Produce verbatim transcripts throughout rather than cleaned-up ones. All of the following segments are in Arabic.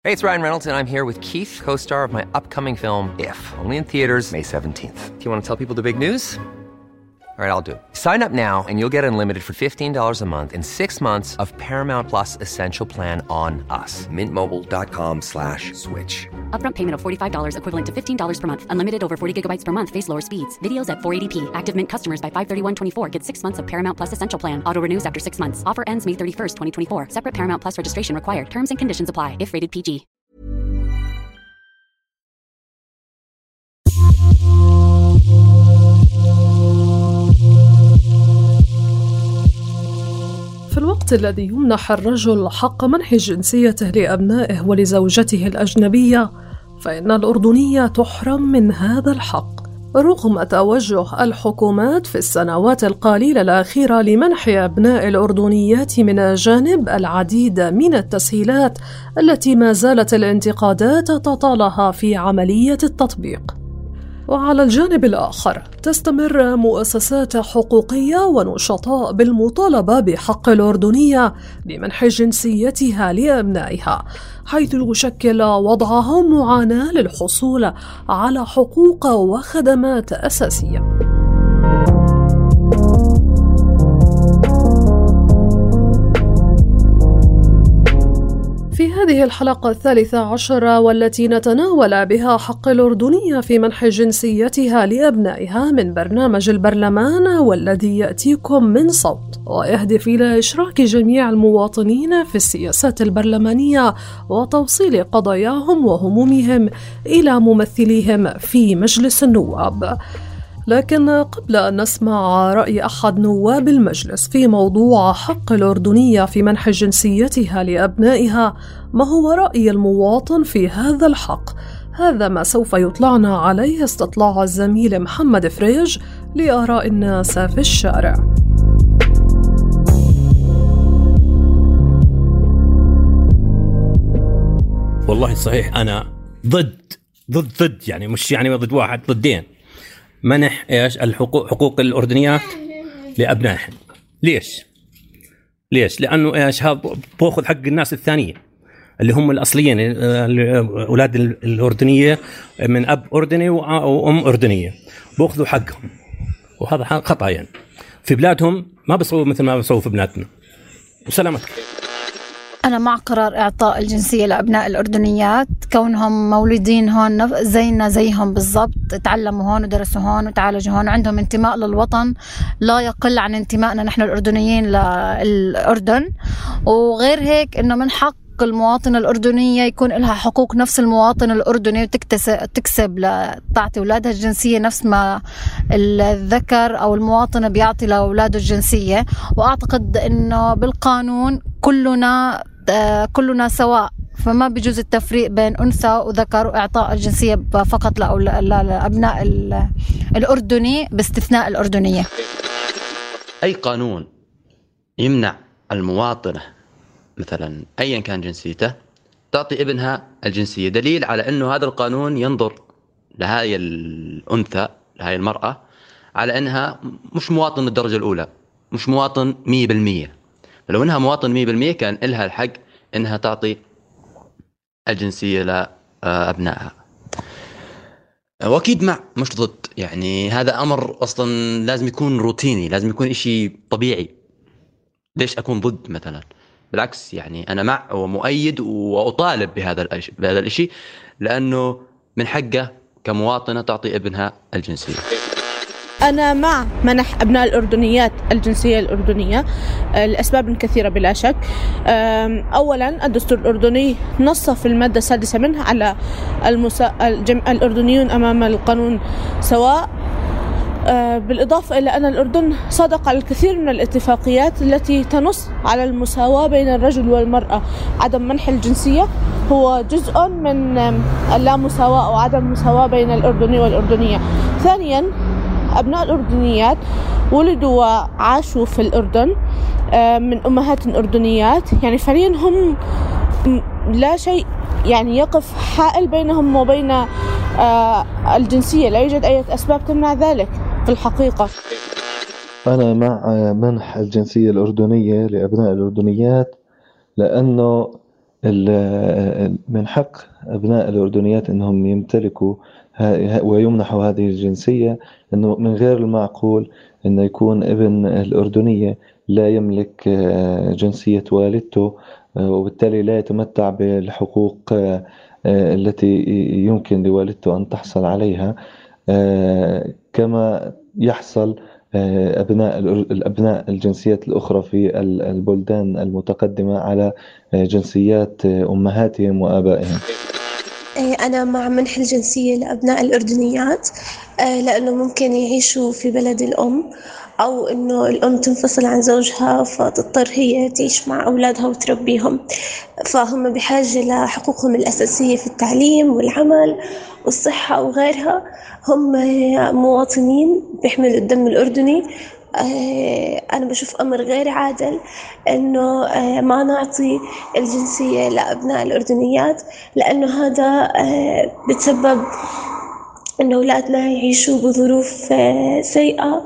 Hey, it's Ryan Reynolds, and I'm here with Keith, co-star of my upcoming film, If, only in theaters May seventeenth. Do you want to tell people the big news? All right, I'll do it. Sign up now and you'll get unlimited for fifteen dollars a month and six months of Paramount Plus Essential Plan on us. Mint Mobile dot com slash switch. Upfront payment of forty-five dollars equivalent to fifteen dollars per month. Unlimited over forty gigabytes per month. Face lower speeds. Videos at four eighty p. Active Mint customers by five thirty-one twenty-four get six months of Paramount Plus Essential Plan. Auto renews after six months. Offer ends May thirty-first, twenty twenty-four. Separate Paramount Plus registration required. Terms and conditions apply if rated P G. في الوقت الذي يمنح الرجل حق منح جنسيته لأبنائه ولزوجته الأجنبية، فإن الأردنية تحرم من هذا الحق رغم توجه الحكومات في السنوات القليلة الأخيرة لمنح أبناء الأردنيات من الجانب العديد من التسهيلات التي ما زالت الانتقادات تطالها في عملية التطبيق. وعلى الجانب الآخر تستمر مؤسسات حقوقية ونشطاء بالمطالبة بحق الأردنية بمنح جنسيتها لأبنائها، حيث يشكل وضعهم معاناة للحصول على حقوق وخدمات أساسية. في هذه الحلقة الثالثة عشرة والتي نتناول بها حق الأردنية في منح جنسيتها لأبنائها من برنامج البرلمان والذي يأتيكم من صوت، ويهدف إلى إشراك جميع المواطنين في السياسات البرلمانية وتوصيل قضاياهم وهمومهم إلى ممثليهم في مجلس النواب. لكن قبل أن نسمع رأي أحد نواب المجلس في موضوع حق الأردنية في منح جنسيتها لأبنائها، ما هو رأي المواطن في هذا الحق؟ هذا ما سوف يطلعنا عليه استطلاع الزميل محمد فريج لآراء الناس في الشارع. والله صحيح أنا ضد ضد ضد يعني مش يعني ضد واحد، ضدين. منح ايش الحقوق حقوق الأردنيات لأبنائهم. ليش؟ ليش؟ لأنه ايش هذا بأخذ حق الناس الثانية اللي هم الأصليين، أولاد الأردنية من أب أردني وأم أردنية، بأخذوا حقهم، وهذا خطأ. يعني في بلادهم ما بيسووا مثل ما بيسووا في بلادنا. وسلامتك. أنا مع قرار إعطاء الجنسية لأبناء الأردنيات، كونهم مولودين هون زينا زيهم بالضبط، تعلموا هون ودرسوا هون وتعالجوا هون، عندهم انتماء للوطن لا يقل عن انتمائنا نحن الأردنيين للأردن. وغير هيك إنه من حق المواطن الأردنية يكون لها حقوق نفس المواطن الأردني، وتكسب لتعطي أولادها الجنسية نفس ما الذكر أو المواطن بيعطي لأولاده الجنسية. وأعتقد إنه بالقانون كلنا كلنا سواء، فما بيجوز التفريق بين أنثى وذكر، وإعطاء الجنسية فقط لأبناء الأردني باستثناء الأردنية. أي قانون يمنع المواطنة مثلا أيا كان جنسيته تعطي ابنها الجنسية، دليل على أنه هذا القانون ينظر لهاي الأنثى لهاي المرأة على أنها مش مواطن الدرجة الأولى، مش مواطن مية بالمية. لو أنها مواطن مية بالمية كان إلها الحق أنها تعطي الجنسية لأبنائها. وأكيد مع مش ضد، يعني هذا أمر أصلا لازم يكون روتيني، لازم يكون إشي طبيعي. ليش أكون ضد مثلا؟ بالعكس، يعني أنا مع ومؤيد وأطالب بهذا بهذا الشيء، لأنه من حقه كمواطنة تعطي ابنها الجنسية. أنا مع منح أبناء الأردنيات الجنسية الأردنية لأسباب كثيرة بلا شك. أولا، الدستور الأردني نص في المادة السادسة منه على المسا... الجم... الأردنيون أمام القانون سواء، بالإضافة إلى أن الأردن صادق على الكثير من الاتفاقيات التي تنص على المساواة بين الرجل والمرأة. عدم منح الجنسية هو جزء من اللامساواة أو عدم مساواة بين الأردني والأردنية. ثانيا، أبناء الأردنيات ولدوا وعاشوا في الأردن من أمهات أردنيات، يعني فعليا هم لا شيء يعني يقف حائل بينهم وبين الجنسية، لا يوجد أي أسباب تمنع ذلك في الحقيقة. أنا مع منح الجنسية الأردنية لأبناء الأردنيات، لأنه من حق أبناء الأردنيات أنهم يمتلكوا ويمنحوا هذه الجنسية، أنه من غير المعقول أنه يكون ابن الأردنية لا يملك جنسية والدته، وبالتالي لا يتمتع بالحقوق التي يمكن لوالدته أن تحصل عليها كما يحصل أبناء الأبناء الجنسيات الأخرى في البلدان المتقدمة على جنسيات أمهاتهم وآبائهم. أنا مع منح الجنسية لأبناء الأردنيات، لأنه ممكن يعيشوا في بلد الأم، أو إنه الأم تنفصل عن زوجها فتضطر هي تعيش مع أولادها وتربيهم، فهم بحاجة لحقوقهم الأساسية في التعليم والعمل والصحة وغيرها. هم مواطنين بيحملوا الدم الأردني. أنا بشوف أمر غير عادل إنه ما نعطي الجنسية لأبناء الأردنيات، لأنه هذا بتسبب إن أولادنا يعيشوا بظروف سيئة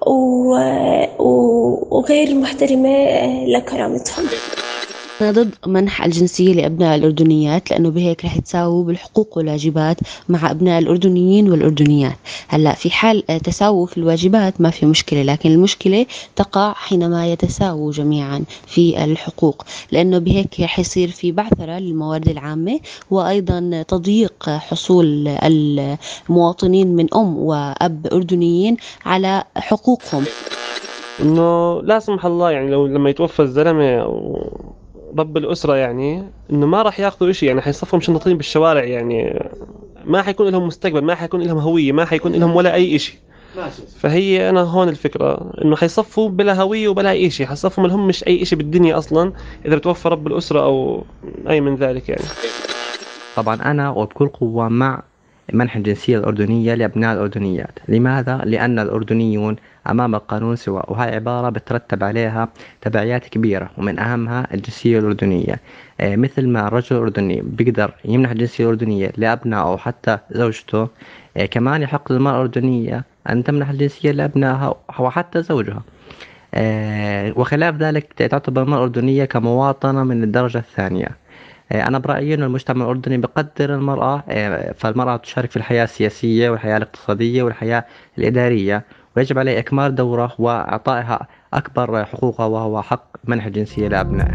وغير محترمة لكرامتهم. أنا ضد منح الجنسية لأبناء الأردنيات، لأنه بهيك رح يتساووا بالحقوق والواجبات مع أبناء الأردنيين والأردنيات. هلأ في حال تساووا في الواجبات ما في مشكلة، لكن المشكلة تقع حينما يتساووا جميعا في الحقوق، لأنه بهيك رح يصير في بعثرة للموارد العامة، وأيضا تضييق حصول المواطنين من أم وأب أردنيين على حقوقهم. إنه لا سمح الله يعني لو لما يتوفى الزلمة أو رب الأسرة يعني إنه ما راح يأخذوا إشي، يعني حيصفهم شنطين بالشوارع، يعني ما حيكون لهم مستقبل، ما حيكون لهم هوية، ما حيكون لهم ولا أي إشي. فهي أنا هون الفكرة إنه حيصفوا بلا هوية وبلا أي إشي، حيصفوا ملهم مش أي إشي بالدنيا أصلا إذا بتوفى رب الأسرة أو أي من ذلك يعني. طبعا أنا وبكل قوة مع منح الجنسية الأردنية لأبناء الأردنيات. لماذا؟ لأن الأردنيون أمام القانون سواء، وهي عبارة بترتب عليها تبعيات كبيرة، ومن أهمها الجنسية الأردنية. آه مثل ما الرجل الأردني بيقدر يمنح الجنسية الأردنية لأبنائه أو حتى زوجته، آه كمان يحق للمرأة الأردنية أن تمنح الجنسية لأبنائها وحتى زوجها. آه وخلاف ذلك تعتبر المرأة الأردنية كمواطنة من الدرجة الثانية. أنا برأيي أن المجتمع الأردني بقدر المرأة، فالمرأة تشارك في الحياة السياسية والحياة الاقتصادية والحياة الإدارية، ويجب عليه إكمال دوره وإعطائها أكبر حقوقها، وهو حق منح الجنسية لأبنائها.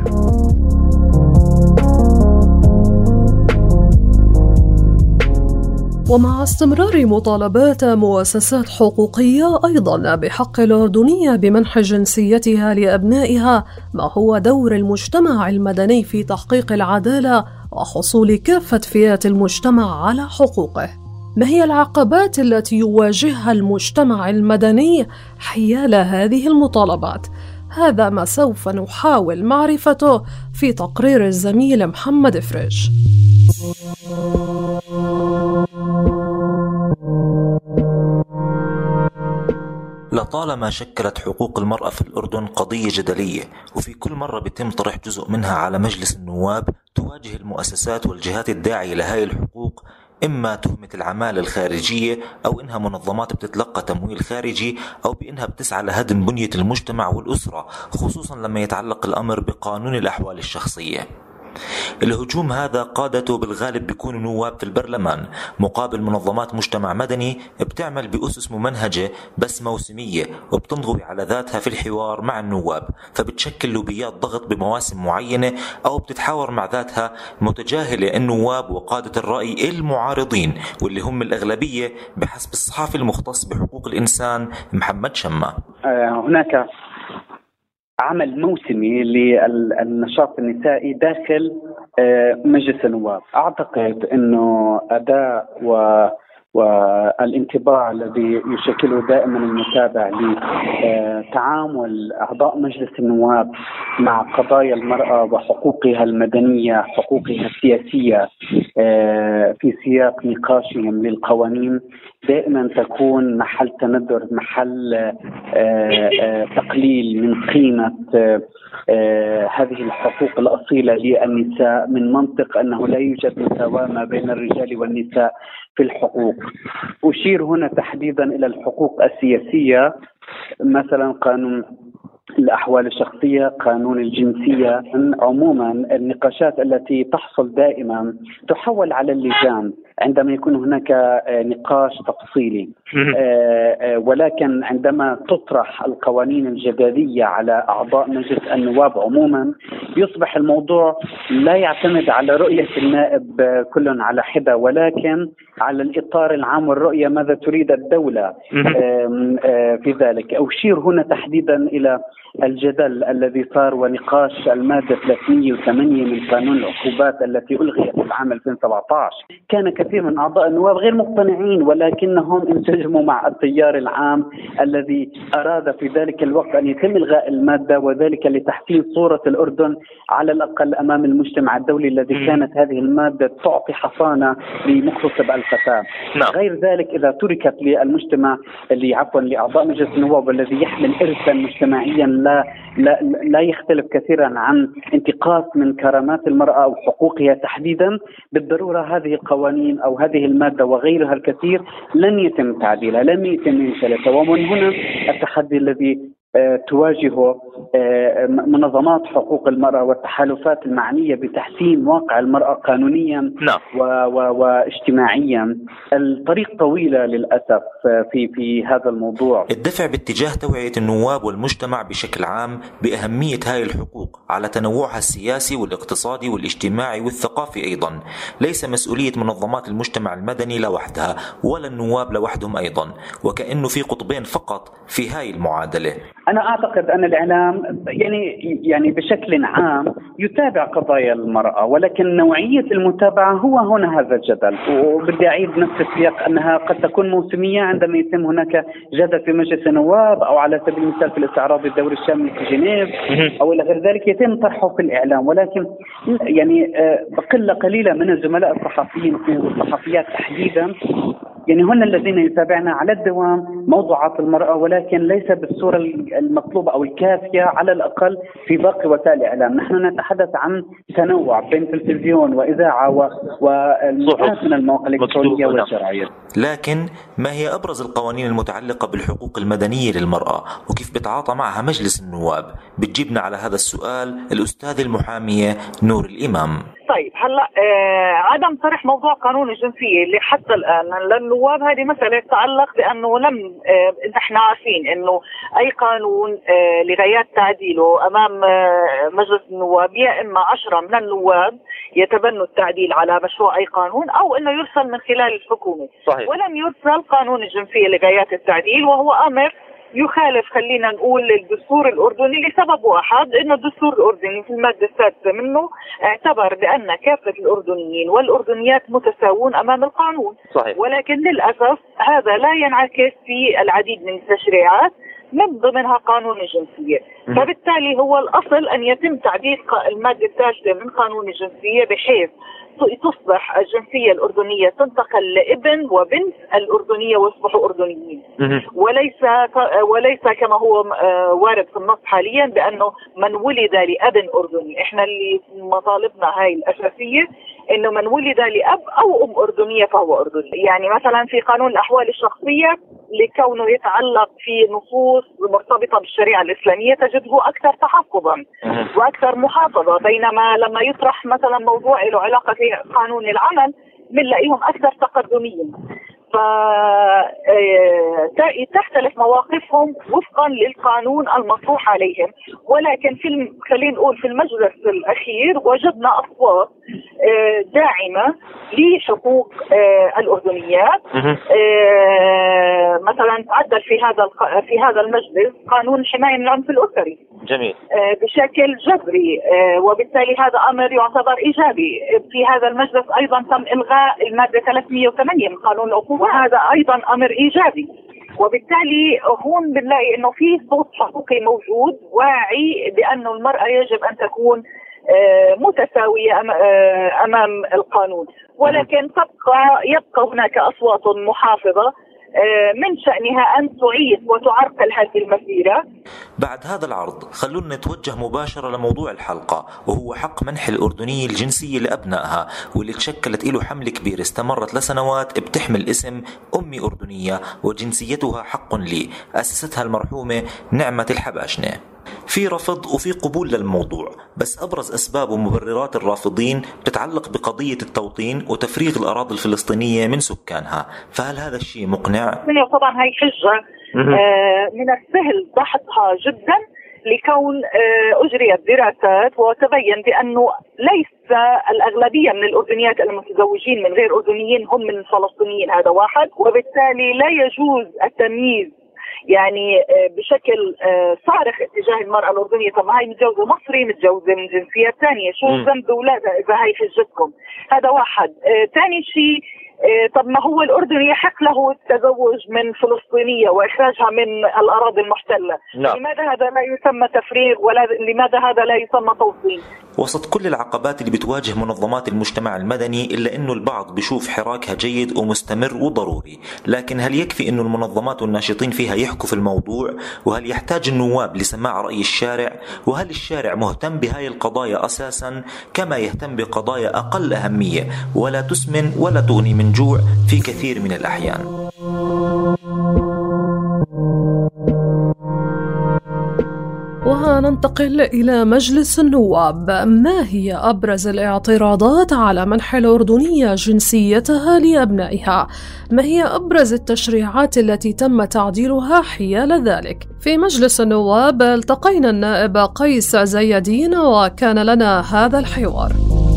ومع استمرار مطالبات مؤسسات حقوقية أيضاً بحق الأردنية بمنح جنسيتها لأبنائها، ما هو دور المجتمع المدني في تحقيق العدالة وحصول كافة فئات المجتمع على حقوقه؟ ما هي العقبات التي يواجهها المجتمع المدني حيال هذه المطالبات؟ هذا ما سوف نحاول معرفته في تقرير الزميل محمد فريج. لطالما شكلت حقوق المرأة في الأردن قضية جدلية، وفي كل مرة بيتم طرح جزء منها على مجلس النواب تواجه المؤسسات والجهات الداعية لهذه الحقوق إما تهمة العمالة الخارجية، أو إنها منظمات بتتلقى تمويل خارجي، أو بإنها بتسعى لهدم بنية المجتمع والأسرة، خصوصا لما يتعلق الأمر بقانون الأحوال الشخصية. الهجوم هذا قادته بالغالب بيكونوا نواب في البرلمان مقابل منظمات مجتمع مدني بتعمل بأسس ممنهجة بس موسمية، وبتنضوي على ذاتها في الحوار مع النواب، فبتشكل لوبيات ضغط بمواسم معينة، أو بتتحاور مع ذاتها متجاهلة النواب وقادة الرأي المعارضين واللي هم الأغلبية بحسب الصحافي المختص بحقوق الإنسان محمد شما. هناك عمل موسمي للنشاط النسائي داخل مجلس النواب. أعتقد أنه أداء و والانطباع الذي يشكله دائما المتابع لتعامل أعضاء مجلس النواب مع قضايا المرأة وحقوقها المدنية، حقوقها السياسية في سياق نقاشهم للقوانين، دائما تكون محل تندر، محل تقليل من قيمة هذه الحقوق الأصيلة للنساء، من منطق أنه لا يوجد مساواة ما بين الرجال والنساء في الحقوق. أشير هنا تحديدا إلى الحقوق السياسية، مثلا قانون الأحوال الشخصية، قانون الجنسية. عموما النقاشات التي تحصل دائما تحول على اللجان عندما يكون هناك نقاش تفصيلي، ولكن عندما تطرح القوانين الجدلية على أعضاء مجلس النواب عموما يصبح الموضوع لا يعتمد على رؤية النائب كل على حدة، ولكن على الإطار العام والرؤية ماذا تريد الدولة في ذلك. أشير هنا تحديدا إلى الجدل الذي صار ونقاش المادة ثلاثمئة وثمانية من قانون العقوبات التي ألغيت في العام ألفين وسبعة عشر. كان كثير من أعضاء النواب غير مقتنعين، ولكنهم انسجموا مع التيار العام الذي أراد في ذلك الوقت أن يتم إلغاء المادة، وذلك لتحسين صورة الأردن على الأقل أمام المجتمع الدولي الذي كانت هذه المادة تعطي حصانة لمغتصب الفتاة. غير ذلك إذا تركت للمجتمع اللي عفوا لأعضاء مجلس النواب الذي يحمل إرثا مجتمعيا لا لا لا يختلف كثيرا عن انتقاص من كرامات المرأة أو حقوقها تحديدا، بالضرورة هذه القوانين أو هذه المادة وغيرها الكثير لن يتم تعديلها، لن يتم إنشالها. ومن هنا التحدي الذي تواجه منظمات حقوق المرأة والتحالفات المعنية بتحسين واقع المرأة قانونيا و و واجتماعيا. الطريق طويلة للأسف في في هذا الموضوع. الدفع باتجاه توعية النواب والمجتمع بشكل عام بأهمية هاي الحقوق على تنوعها السياسي والاقتصادي والاجتماعي والثقافي أيضا ليس مسؤولية منظمات المجتمع المدني لوحدها ولا النواب لوحدهم أيضا، وكأنه في قطبين فقط في هاي المعادلة. أنا أعتقد أن الإعلام يعني يعني بشكل عام يتابع قضايا المرأة، ولكن نوعية المتابعة هو هنا هذا الجدل. وبدي أعيد نفس السياق أنها قد تكون موسمية عندما يتم هناك جدل في مجلس النواب، أو على سبيل المثال في الاستعراض الدوري الشامل في جنيف أو إلى غير ذلك يتم طرحه في الإعلام. ولكن يعني بقلة قليلة من الزملاء الصحفيين والصحفيات تحديدا يعني هن الذين يتابعنا على الدوام موضوعات المرأة، ولكن ليس بالصورة المطلوبة أو الكافية على الأقل في باقي وسائل الإعلام. نحن نتحدث عن تنوع بين تلفزيون وإذاعة والمئات من المواقع الإلكترونية والجرايد. لكن ما هي أبرز القوانين المتعلقة بالحقوق المدنية للمرأة وكيف بتعاطى معها مجلس النواب؟ بتجيبنا على هذا السؤال الأستاذ المحامية نور الإمام. طيب هلا آه عدم طرح موضوع قانون الجنسية اللي حتى الآن للنواب هذه مسألة تتعلق بأنه لم آه نحن عارفين إنه أي قانون آه لغايات تعديله أمام آه مجلس النواب يا إما عشرة من النواب يتبنوا التعديل على مشروع أي قانون أو إنه يرسل من خلال الحكومة. صحيح. ولم يرسل قانون الجنسية لغايات التعديل، وهو أمر يخالف خلينا نقول الدستور الأردني لسبب واحد، إنه الدستور الأردني في المادة السادسة منه اعتبر بأن كافة الأردنيين والأردنيات متساوون أمام القانون. صحيح. ولكن للأسف هذا لا ينعكس في العديد من التشريعات من ضمنها قانون الجنسية. فبالتالي هو الأصل أن يتم تعديل المادة السادسة من قانون الجنسية بحيث تصبح الجنسية الأردنية تنتقل لابن وبنت الأردنية ويصبحوا أردنيين، وليس وليس كما هو وارد في النص حاليا بأنه من ولد لأب أردني. إحنا اللي مطالبنا هاي الأساسية إنه من ولد لأب أو أم أردنية فهو أردني. يعني مثلا في قانون الأحوال الشخصية لكونه يتعلق في نصوص مرتبطة بالشريعة الإسلامية تجده أكثر تحفظا وأكثر محافظة، بينما لما يطرح مثلا موضوع له علاقة في قانون العمل بنلاقيهم أكثر تقدميين. فتختلف مواقفهم وفقا للقانون المطروح عليهم. ولكن في خلينا نقول في المجلس الأخير وجدنا أصوات داعمة لحقوق الأردنيات. مثلا تعدل في هذا في هذا المجلس قانون الحماية من العنف الأسري. جميل. بشكل جذري، وبالتالي هذا أمر يعتبر إيجابي. في هذا المجلس أيضا تم إلغاء المادة ثلاثمئة وثمانية من قانون العقوبة، وهذا أيضا أمر إيجابي. وبالتالي هون بنلاقي إنه في صوت حقوقي موجود واعي بأنه المرأة يجب أن تكون متساوية أمام القانون، ولكن تبقى يبقى هناك أصوات محافظة من شأنها أن تعيد وتعرقل هذه المسيرة بعد هذا العرض خلونا نتوجه مباشرة لموضوع الحلقة، وهو حق منح الأردنية الجنسية لأبنائها، واللي تشكلت له حملة كبيرة استمرت لسنوات بتحمل اسم أمي أردنية وجنسيتها حق لي، أسستها المرحومة نعمة الحباشنة. في رفض وفي قبول للموضوع، بس أبرز أسباب ومبررات الرافضين بتتعلق بقضية التوطين وتفريغ الأراضي الفلسطينية من سكانها. فهل هذا الشيء مقنع؟ طبعا هي حجة آه من السهل دحضها جدا، لكون آه أجريت دراسات وتبين بأنه ليس الأغلبية من الأردنيات المتزوجين من غير أردنيين هم من الفلسطينيين، هذا واحد، وبالتالي لا يجوز التمييز يعني بشكل صارخ اتجاه المرأة الأردنية. طب هاي متجوزة مصري، متجوزة من جنسيات ثانية، شو ذنب أولادها إذا هاي حجتكم؟ هذا واحد. ثاني شيء، طب ما هو الأردن يحق له التزوج من فلسطينية وإخراجها من الأراضي المحتلة. لا. لماذا هذا لا يسمى تفريغ، ولا لماذا هذا لا يسمى توطين؟ وسط كل العقبات اللي بتواجه منظمات المجتمع المدني، إلا أنه البعض بيشوف حراكها جيد ومستمر وضروري، لكن هل يكفي أنه المنظمات والناشطين فيها يحكوا في الموضوع؟ وهل يحتاج النواب لسماع رأي الشارع؟ وهل الشارع مهتم بهاي القضايا أساسا كما يهتم بقضايا أقل أهمية ولا تسمن ولا تغني من جوع في كثير من الأحيان؟ وننتقل إلى مجلس النواب. ما هي أبرز الاعتراضات على منح الأردنية جنسيتها لأبنائها؟ ما هي أبرز التشريعات التي تم تعديلها حيال ذلك؟ في مجلس النواب التقينا النائب قيس زيدين وكان لنا هذا الحوار.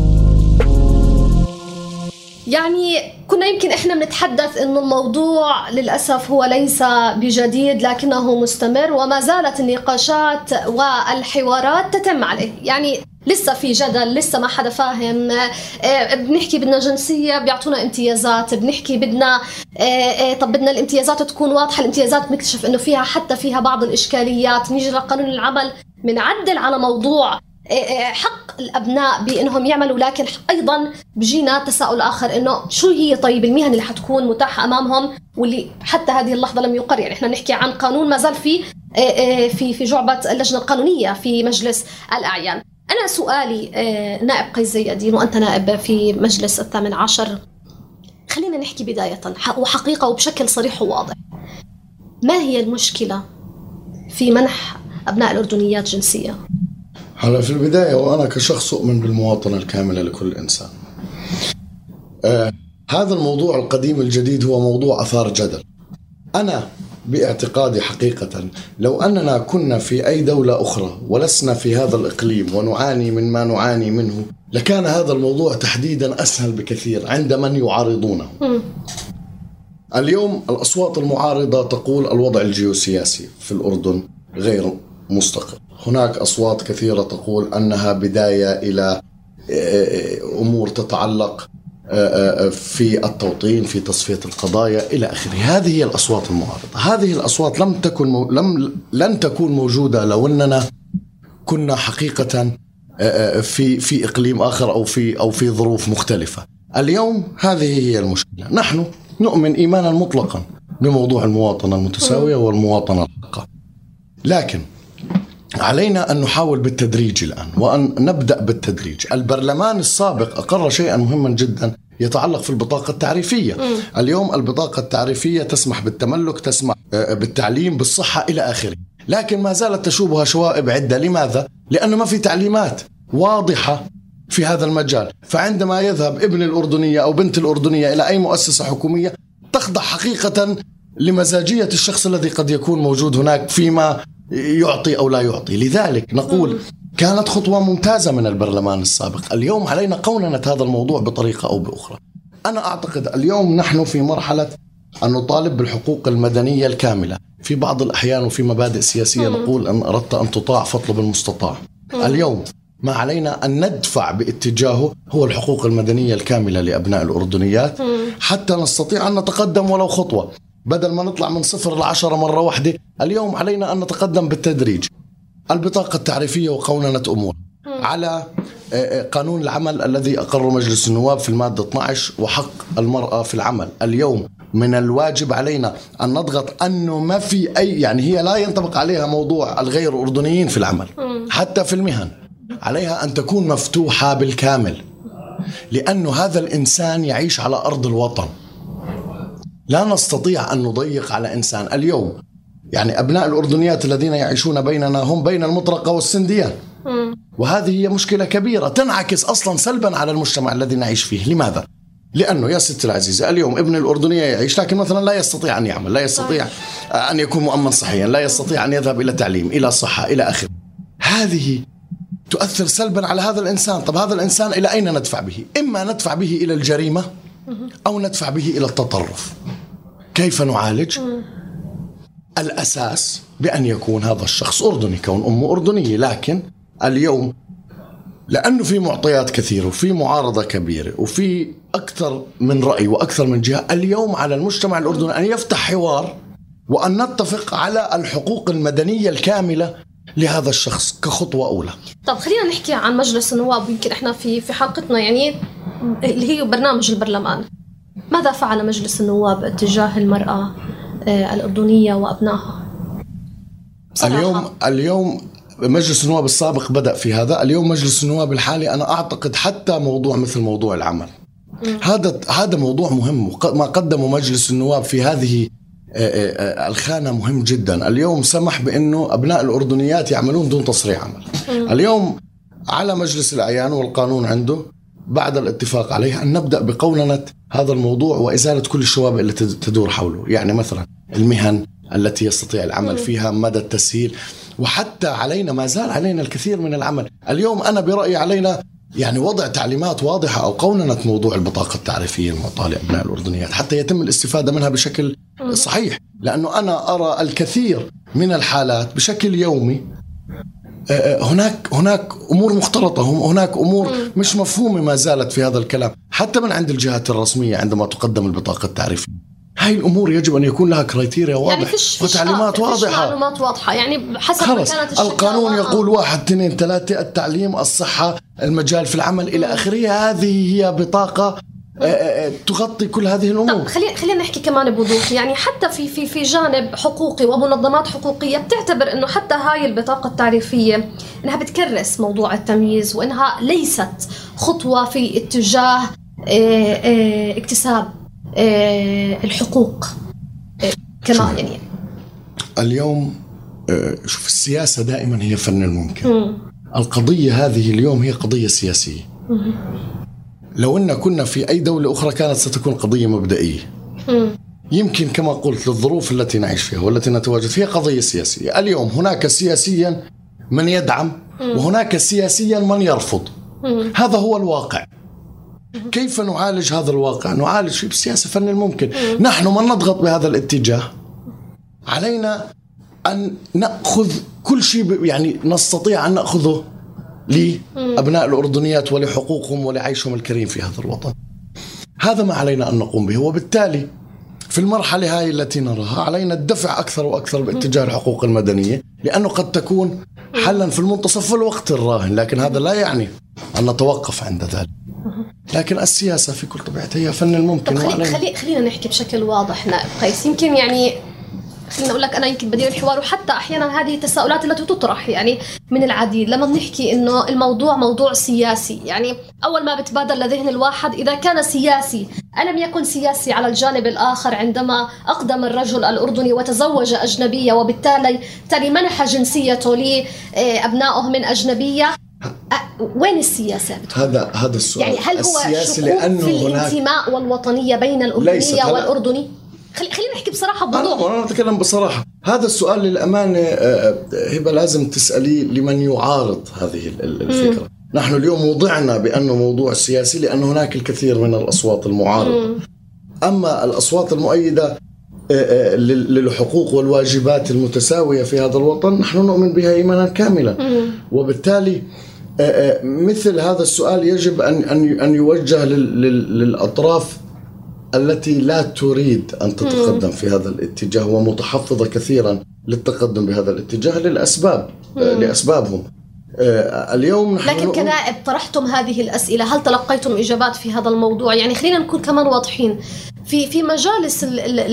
يعني كنا يمكن إحنا بنتحدث إنه الموضوع للأسف هو ليس بجديد لكنه مستمر، وما زالت النقاشات والحوارات تتم عليه. يعني لسه في جدل، لسه ما حدا فاهم. بنحكي بدنا جنسية بيعطونا امتيازات، بنحكي بدنا طب بدنا الامتيازات تكون واضحة. الامتيازات بنكتشف إنه فيها حتى فيها بعض الإشكاليات. نيجي لقانون العمل بنعدل على موضوع حق الأبناء بأنهم يعملوا، لكن أيضا بجينا تساؤل آخر إنه شو هي طيب المهن اللي حتكون متاحة أمامهم واللي حتى هذه اللحظة لم يقر. يعني إحنا نحكي عن قانون ما زال في في في جعبة اللجنة القانونية في مجلس الأعيان. أنا سؤالي نائب قيس زيدين وأنت نائب في مجلس الثامن عشر، خلينا نحكي بداية وحقيقة وبشكل صريح وواضح، ما هي المشكلة في منح أبناء الأردنيات جنسية؟ هلا في البداية وأنا كشخص أؤمن بالمواطنة الكاملة لكل إنسان. آه هذا الموضوع القديم الجديد هو موضوع أثار جدل. أنا باعتقادي حقيقة لو أننا كنا في أي دولة أخرى ولسنا في هذا الإقليم ونعاني من ما نعاني منه، لكان هذا الموضوع تحديدا أسهل بكثير عند من يعارضونه. اليوم الأصوات المعارضة تقول الوضع الجيوسياسي في الأردن غير مستقر. هناك أصوات كثيرة تقول أنها بداية إلى أمور تتعلق في التوطين، في تصفية القضايا إلى آخره. هذه هي الأصوات المعارضة. هذه الأصوات لم تكن مو... لم لن تكون موجودة لو أننا كنا حقيقة في في إقليم آخر أو في أو في ظروف مختلفة. اليوم هذه هي المشكلة. نحن نؤمن إيمانا مطلقا بموضوع المواطنة المتساوية والمواطنة الحقة، لكن علينا أن نحاول بالتدريج الآن وأن نبدأ بالتدريج. البرلمان السابق أقر شيئا مهما جدا يتعلق في البطاقة التعريفية. م. اليوم البطاقة التعريفية تسمح بالتملك، تسمح بالتعليم، بالصحة إلى آخره، لكن ما زالت تشوبها شوائب عدة. لماذا؟ لأنه ما في تعليمات واضحة في هذا المجال. فعندما يذهب ابن الأردنية أو بنت الأردنية إلى أي مؤسسة حكومية تخضع حقيقة لمزاجية الشخص الذي قد يكون موجود هناك فيما يعطي أو لا يعطي. لذلك نقول كانت خطوة ممتازة من البرلمان السابق. اليوم علينا قوننة هذا الموضوع بطريقة أو بأخرى. أنا أعتقد اليوم نحن في مرحلة أن نطالب بالحقوق المدنية الكاملة. في بعض الأحيان وفي مبادئ سياسية نقول أن أردت أن تطاع فاطلب المستطاع. اليوم ما علينا أن ندفع باتجاهه هو الحقوق المدنية الكاملة لأبناء الأردنيات حتى نستطيع أن نتقدم ولو خطوة. بدل ما نطلع من صفر لعشرة مرة واحدة، اليوم علينا أن نتقدم بالتدريج. البطاقة التعريفية وقوننة أمور على قانون العمل الذي أقر مجلس النواب في المادة اثنعش وحق المرأة في العمل. اليوم من الواجب علينا أن نضغط أنه ما في أي، يعني هي لا ينطبق عليها موضوع الغير أردنيين في العمل حتى في المهن، عليها أن تكون مفتوحة بالكامل، لأنه هذا الإنسان يعيش على أرض الوطن. لا نستطيع أن نضيق على إنسان. اليوم يعني أبناء الأردنيات الذين يعيشون بيننا هم بين المطرقة والسنديان، وهذه هي مشكلة كبيرة تنعكس أصلا سلبا على المجتمع الذي نعيش فيه. لماذا؟ لأنه يا ست العزيزة اليوم ابن الأردنية يعيش لكن مثلا لا يستطيع أن يعمل، لا يستطيع أن يكون مؤمن صحيا، لا يستطيع أن يذهب إلى تعليم، إلى صحة، إلى آخره. هذه تؤثر سلبا على هذا الإنسان. طب هذا الإنسان إلى أين ندفع به؟ إما ندفع به إلى الجريمة أو ندفع به إلى التطرف. كيف نعالج؟ الأساس بأن يكون هذا الشخص أردني، كون أمه أردنية. لكن اليوم لأنه في معطيات كثيرة وفي معارضة كبيرة وفي أكثر من رأي وأكثر من جهة، اليوم على المجتمع الأردني أن يفتح حوار وأن نتفق على الحقوق المدنية الكاملة لهذا الشخص كخطوة أولى. طب خلينا نحكي عن مجلس النواب. يمكن إحنا في في حلقتنا يعني اللي هي برنامج البرلمان، ماذا فعل مجلس النواب اتجاه المرأة الأردنية وأبنائها؟ اليوم اليوم مجلس النواب السابق بدأ في هذا. اليوم مجلس النواب الحالي أنا أعتقد حتى موضوع مثل موضوع العمل، هذا هذا موضوع مهم. ما قدمه مجلس النواب في هذه الخانة مهم جدا. اليوم سمح بأنه أبناء الأردنيات يعملون دون تصريح عمل. اليوم على مجلس الأعيان والقانون عنده بعد الاتفاق عليه أن نبدأ بقولنة هذا الموضوع وإزالة كل الشوائب التي تدور حوله. يعني مثلا المهن التي يستطيع العمل فيها، مدى التسهيل، وحتى علينا ما زال علينا الكثير من العمل. اليوم أنا برأيي علينا يعني وضع تعليمات واضحة أو قوننة موضوع البطاقة التعريفية المعطاة لأبناء الأردنيات حتى يتم الاستفادة منها بشكل صحيح. لأنه أنا أرى الكثير من الحالات بشكل يومي هناك هناك أمور مختلطة، هناك أمور مش مفهومة ما زالت في هذا الكلام حتى من عند الجهات الرسمية عندما تقدم البطاقة التعريفية. هاي الأمور يجب أن يكون لها كرايتيريا واضح يعني فيش وتعليمات فيش واضحة، معلومات واضحة. يعني حسب ما كانت القانون يقول واحد اثنين ثلاثة، التعليم، الصحة، المجال في العمل إلى آخره. هذه هي بطاقة تغطي كل هذه الأمور. طب خلينا خلينا نحكي كمان بوضوح. يعني حتى في في في جانب حقوقي ومنظمات حقوقية بتعتبر إنه حتى هاي البطاقة التعريفية إنها بتكرس موضوع التمييز، وإنها ليست خطوة في اتجاه اكتساب الحقوق كمان. يعني اليوم شوف السياسة دائما هي فن الممكن. م. القضية هذه اليوم هي قضية سياسية. م. لو أن كنا في أي دولة أخرى كانت ستكون قضية مبدئية. م. يمكن كما قلت للظروف التي نعيش فيها والتي نتواجد فيها قضية سياسية. اليوم هناك سياسيا من يدعم م. وهناك سياسيا من يرفض. م. هذا هو الواقع. كيف نعالج هذا الواقع؟ نعالج فيه بالسياسة فن الممكن. م. نحن من نضغط بهذا الاتجاه علينا أن نأخذ كل شيء يعني نستطيع أن نأخذه لأبناء الأردنيات ولحقوقهم ولعيشهم الكريم في هذا الوطن. هذا ما علينا أن نقوم به. وبالتالي في المرحلة هاي التي نراها علينا الدفع أكثر وأكثر باتجاه الحقوق المدنية، لأنه قد تكون حلا في المنتصف في الوقت الراهن، لكن هذا لا يعني أن نتوقف عند ذلك. لكن السياسة في كل طبيعتها هي فن الممكن. خلي خلي خلينا نحكي بشكل واضح نائب قيس. يمكن يعني خلينا أقول لك أنا يمكن بدير الحوار، وحتى أحيانا هذه التساؤلات التي تطرح يعني من العديد لما بنحكي إنه الموضوع موضوع سياسي. يعني أول ما بتبادر لذهن الواحد إذا كان سياسي ألم يكن سياسي على الجانب الآخر عندما أقدم الرجل الأردني وتزوج أجنبية وبالتالي تالي منح جنسيته لأبنائه من أجنبية؟ وين السياسة؟ هذا هذا السؤال. يعني هل هو شكوك في الانتماء والوطنية بين الأردنية والأردني؟ خلينا نحكي بصراحة بوضوح. أنا أتكلم بصراحة. هذا السؤال للأمانة هبة لازم تسألي لمن يعارض هذه الفكرة. م. نحن اليوم وضعنا بأنه موضوع سياسي لأن هناك الكثير من الأصوات المعارضة. م. أما الأصوات المؤيدة للحقوق والواجبات المتساوية في هذا الوطن نحن نؤمن بها إيمانا كاملا. م. وبالتالي مثل هذا السؤال يجب أن أن يوجه للأطراف التي لا تريد أن تتقدم في هذا الاتجاه ومتحفظة كثيرا للتقدم بهذا الاتجاه للأسباب مم. لأسبابهم. اليوم لكن كنائب طرحتم هذه الأسئلة، هل تلقيتم إجابات في هذا الموضوع؟ يعني خلينا نكون كمان واضحين في في مجالس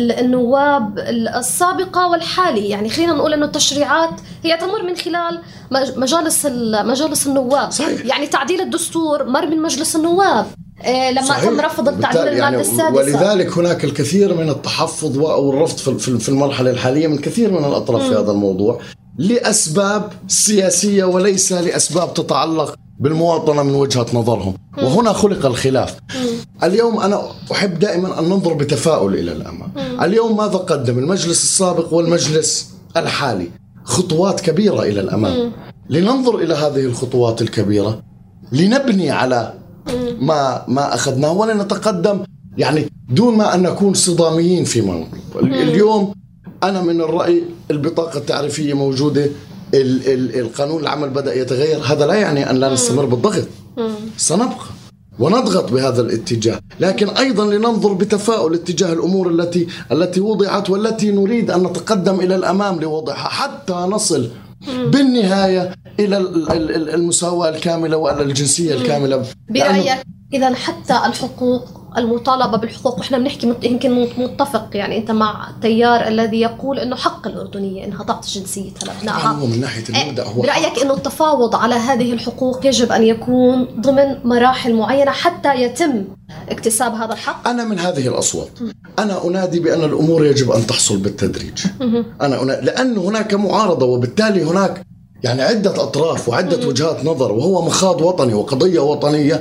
النواب السابقة والحالي، يعني خلينا نقول إنه التشريعات هي تمر من خلال مجالس مجالس النواب. صحيح. يعني تعديل الدستور مر من مجلس النواب لما صحيح. تم رفض التعديل المادة يعني السادسة، ولذلك هناك الكثير من التحفظ أو الرفض في المرحلة الحالية من كثير من الأطراف م. في هذا الموضوع لأسباب سياسية وليس لأسباب تتعلق بالمواطنة من وجهة نظرهم. م. وهنا خلق الخلاف. م. اليوم أنا أحب دائما أن ننظر بتفاؤل إلى الأمام. م. اليوم ماذا قدم المجلس السابق والمجلس الحالي؟ خطوات كبيرة إلى الأمام. م. لننظر إلى هذه الخطوات الكبيرة لنبني على ما ما أخذناه ولنتقدم، يعني دون ما أن نكون صداميين في منطق. اليوم أنا من الرأي البطاقة التعريفية موجودة، ال ال القانون العمل بدأ يتغير، هذا لا يعني أن لا نستمر بالضغط، سنبقى ونضغط بهذا الاتجاه، لكن أيضا لننظر بتفاؤل اتجاه الأمور التي التي وضعت والتي نريد أن نتقدم إلى الأمام لوضعها حتى نصل بالنهاية إلى المساواة الكاملة وإلى الجنسية الكاملة. برأيك إذا حتى الحقوق، المطالبة بالحقوق، وإحنا بنحكي يمكن متفق، يعني أنت مع التيار الذي يقول إنه حق الأردنية إنها تعطي جنسيتها لأبنائها، هو من ناحية المبدأ هو برأيك إنه التفاوض على هذه الحقوق يجب أن يكون ضمن مراحل معينة حتى يتم اكتساب هذا الحق؟ أنا من هذه الأصوات. أنا أنادي بأن الأمور يجب أن تحصل بالتدريج. أنا أنادي لأن هناك معارضة، وبالتالي هناك يعني عدة أطراف وعدة وجهات نظر، وهو مخاض وطني وقضية وطنية.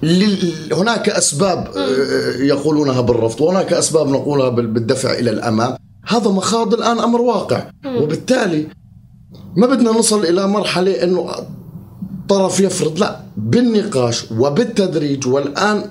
هناك أسباب يقولونها بالرفض وهناك أسباب نقولها بالدفع إلى الأمام. هذا مخاض الآن أمر واقع، وبالتالي ما بدنا نصل إلى مرحلة أنه طرف يفرض، لا، بالنقاش وبالتدريج. والآن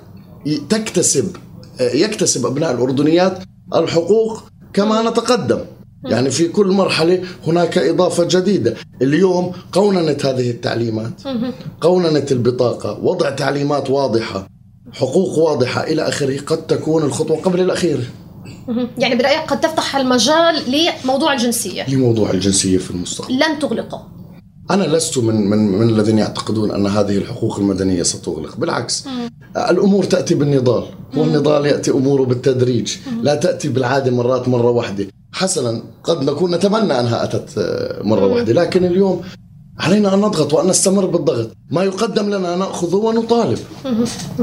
تكتسب يكتسب أبناء الأردنيات الحقوق كما نتقدم، يعني في كل مرحلة هناك إضافة جديدة. اليوم قوننت هذه التعليمات، قوننت البطاقة، وضع تعليمات واضحة، حقوق واضحة إلى آخره، قد تكون الخطوة قبل الأخيرة. يعني برأيك قد تفتح المجال لموضوع الجنسية لموضوع الجنسية في المستقبل، لن تغلقه؟ أنا لست من من من الذين يعتقدون أن هذه الحقوق المدنية ستغلق، بالعكس. مم. الأمور تأتي بالنضال، والنضال يأتي أموره بالتدريج، مم. لا تأتي بالعادة مرات مرة واحدة. حسنا قد نكون نتمنى أنها أتت مرة مم. واحدة، لكن اليوم علينا أن نضغط وأن نستمر بالضغط. ما يقدم لنا نأخذه ونطالب. مم.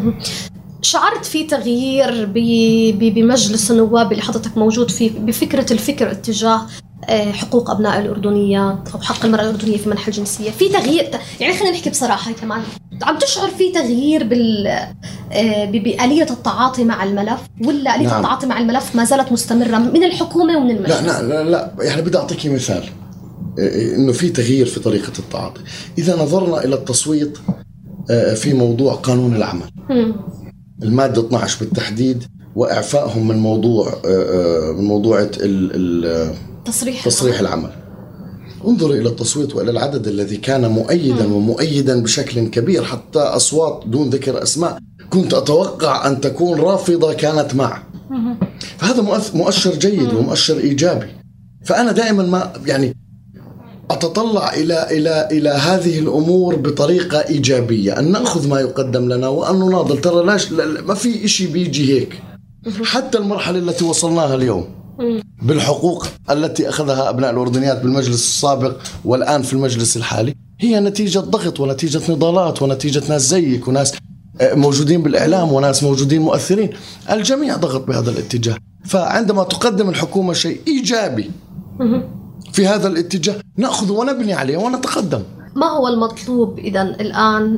شعرت في تغيير بمجلس النواب اللي حضرتك موجود فيه بفكرة الفكر اتجاه حقوق أبناء الأردنيات أو حق المرأة الأردنية في منح الجنسية؟ في تغيير، يعني خلينا نحكي بصراحة كمان، عم تشعر في تغيير بال بآلية التعاطي مع الملف، ولا آلية نعم. التعاطي مع الملف ما زالت مستمرة من الحكومة ومن المجلس؟ لا لا لا, لا. يعني بدي أعطيك مثال إنه في تغيير في طريقة التعاطي. إذا نظرنا إلى التصويت في موضوع قانون العمل، م. المادة اثني عشر بالتحديد، وإعفائهم من موضوع من موضوع تصريح, تصريح العمل. انظر إلى التصويت وإلى العدد الذي كان مؤيدا ومؤيدا بشكل كبير، حتى أصوات دون ذكر أسماء كنت أتوقع أن تكون رافضة كانت مع. فهذا مؤشر جيد ومؤشر إيجابي. فأنا دائما ما يعني أتطلع إلى إلى إلى هذه الأمور بطريقة إيجابية، أن نأخذ ما يقدم لنا وأن نناضل. ترى لاش ما في إشي بيجي هيك. حتى المرحلة التي وصلناها اليوم بالحقوق التي أخذها أبناء الأردنيات بالمجلس السابق والآن في المجلس الحالي هي نتيجة ضغط ونتيجة نضالات ونتيجة ناس زيك وناس موجودين بالإعلام وناس موجودين مؤثرين. الجميع ضغط بهذا الاتجاه. فعندما تقدم الحكومة شيء إيجابي في هذا الاتجاه نأخذ ونبني عليه ونتقدم. ما هو المطلوب إذن الآن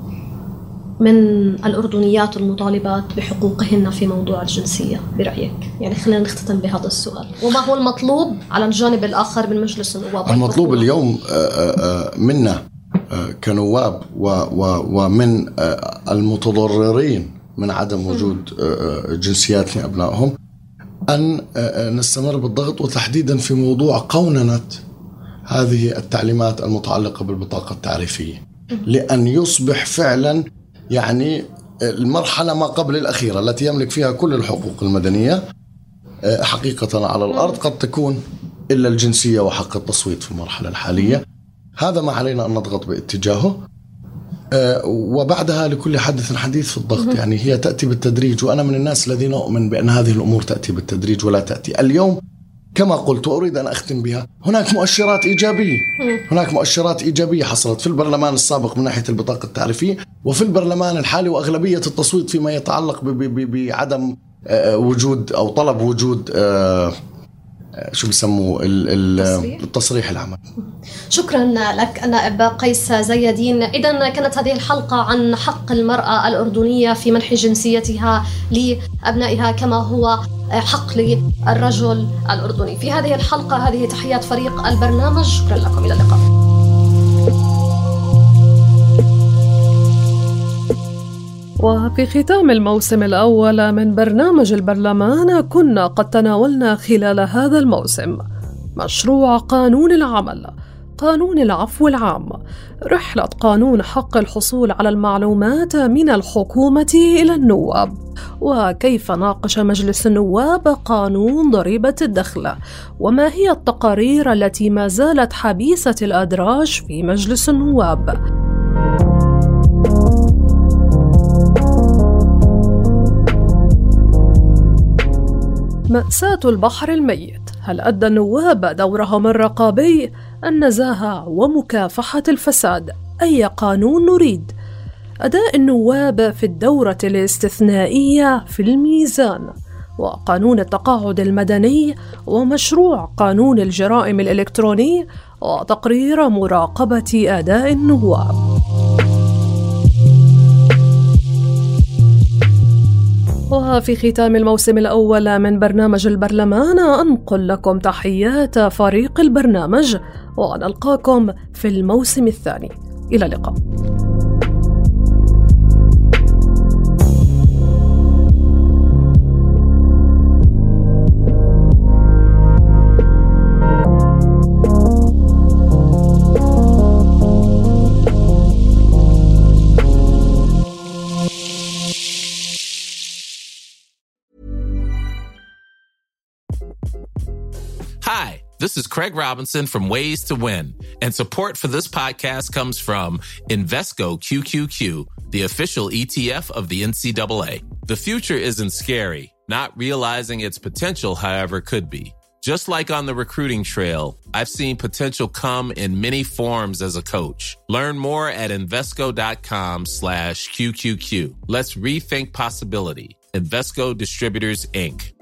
من الأردنيات المطالبات بحقوقهن في موضوع الجنسية برأيك؟ يعني خلينا نختتم بهذا السؤال. وما هو المطلوب على الجانب الآخر من مجلس النواب؟ المطلوب اليوم منا كنواب ومن المتضررين من عدم وجود جنسيات لأبنائهم أن نستمر بالضغط، وتحديدا في موضوع قوننة هذه التعليمات المتعلقة بالبطاقة التعريفية، لأن يصبح فعلا يعني المرحلة ما قبل الأخيرة التي يملك فيها كل الحقوق المدنية حقيقة على الأرض قد تكون إلا الجنسية وحق التصويت في المرحلة الحالية. هذا ما علينا أن نضغط باتجاهه. وبعدها لكل حدث حديث في الضغط، يعني هي تأتي بالتدريج، وأنا من الناس الذين أؤمن بأن هذه الأمور تأتي بالتدريج ولا تأتي اليوم. كما قلت وأريد أن أختم بها، هناك مؤشرات إيجابية، هناك مؤشرات إيجابية حصلت في البرلمان السابق من ناحية البطاقة التعريفية، وفي البرلمان الحالي وأغلبية التصويت فيما يتعلق بعدم وجود أو طلب وجود شو بيسموه التصريح العمل. شكرا لك نائب قيس زيادين. إذن كانت هذه الحلقة عن حق المرأة الأردنية في منح جنسيتها لأبنائها كما هو حق للرجل الأردني. في هذه الحلقة هذه تحيات فريق البرنامج، شكرا لكم، إلى اللقاء. وفي ختام الموسم الأول من برنامج البرلمان كنا قد تناولنا خلال هذا الموسم مشروع قانون العمل، قانون العفو العام، رحلة قانون حق الحصول على المعلومات من الحكومة إلى النواب، وكيف ناقش مجلس النواب قانون ضريبة الدخل، وما هي التقارير التي ما زالت حبيسة الأدراج في مجلس النواب. مأساة البحر الميت، هل أدى النواب دورهم الرقابي؟ النزاهة ومكافحة الفساد، أي قانون نريد؟ أداء النواب في الدورة الاستثنائية في الميزان، وقانون التقاعد المدني، ومشروع قانون الجرائم الإلكتروني، وتقرير مراقبة أداء النواب. وفي ختام الموسم الأول من برنامج البرلمان أنقل لكم تحيات فريق البرنامج، ونلقاكم في الموسم الثاني. إلى اللقاء. Hi, this is Craig Robinson from Ways to Win, and support for this podcast comes from Invesco Q Q Q, the official E T F of the N C double A. The future isn't scary. Not realizing its potential, however, could be. Just like on the recruiting trail, I've seen potential come in many forms as a coach. Learn more at Invesco.com slash QQQ. Let's rethink possibility. Invesco Distributors, Incorporated.